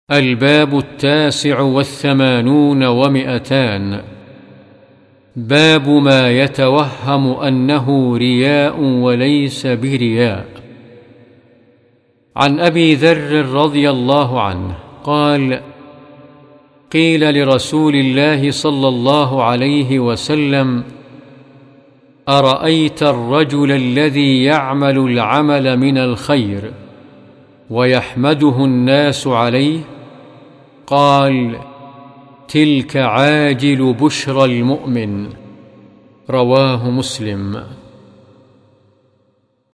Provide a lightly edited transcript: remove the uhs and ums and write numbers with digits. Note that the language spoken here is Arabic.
الباب 89 باب ما يتوهم أنه رياء وليس برياء. عن أبي ذر رضي الله عنه قال: قيل لرسول الله صلى الله عليه وسلم: أرأيت الرجل الذي يعمل العمل من الخير ويحمده الناس عليه؟ قال: تلك عاجل بشرى المؤمن. رواه مسلم.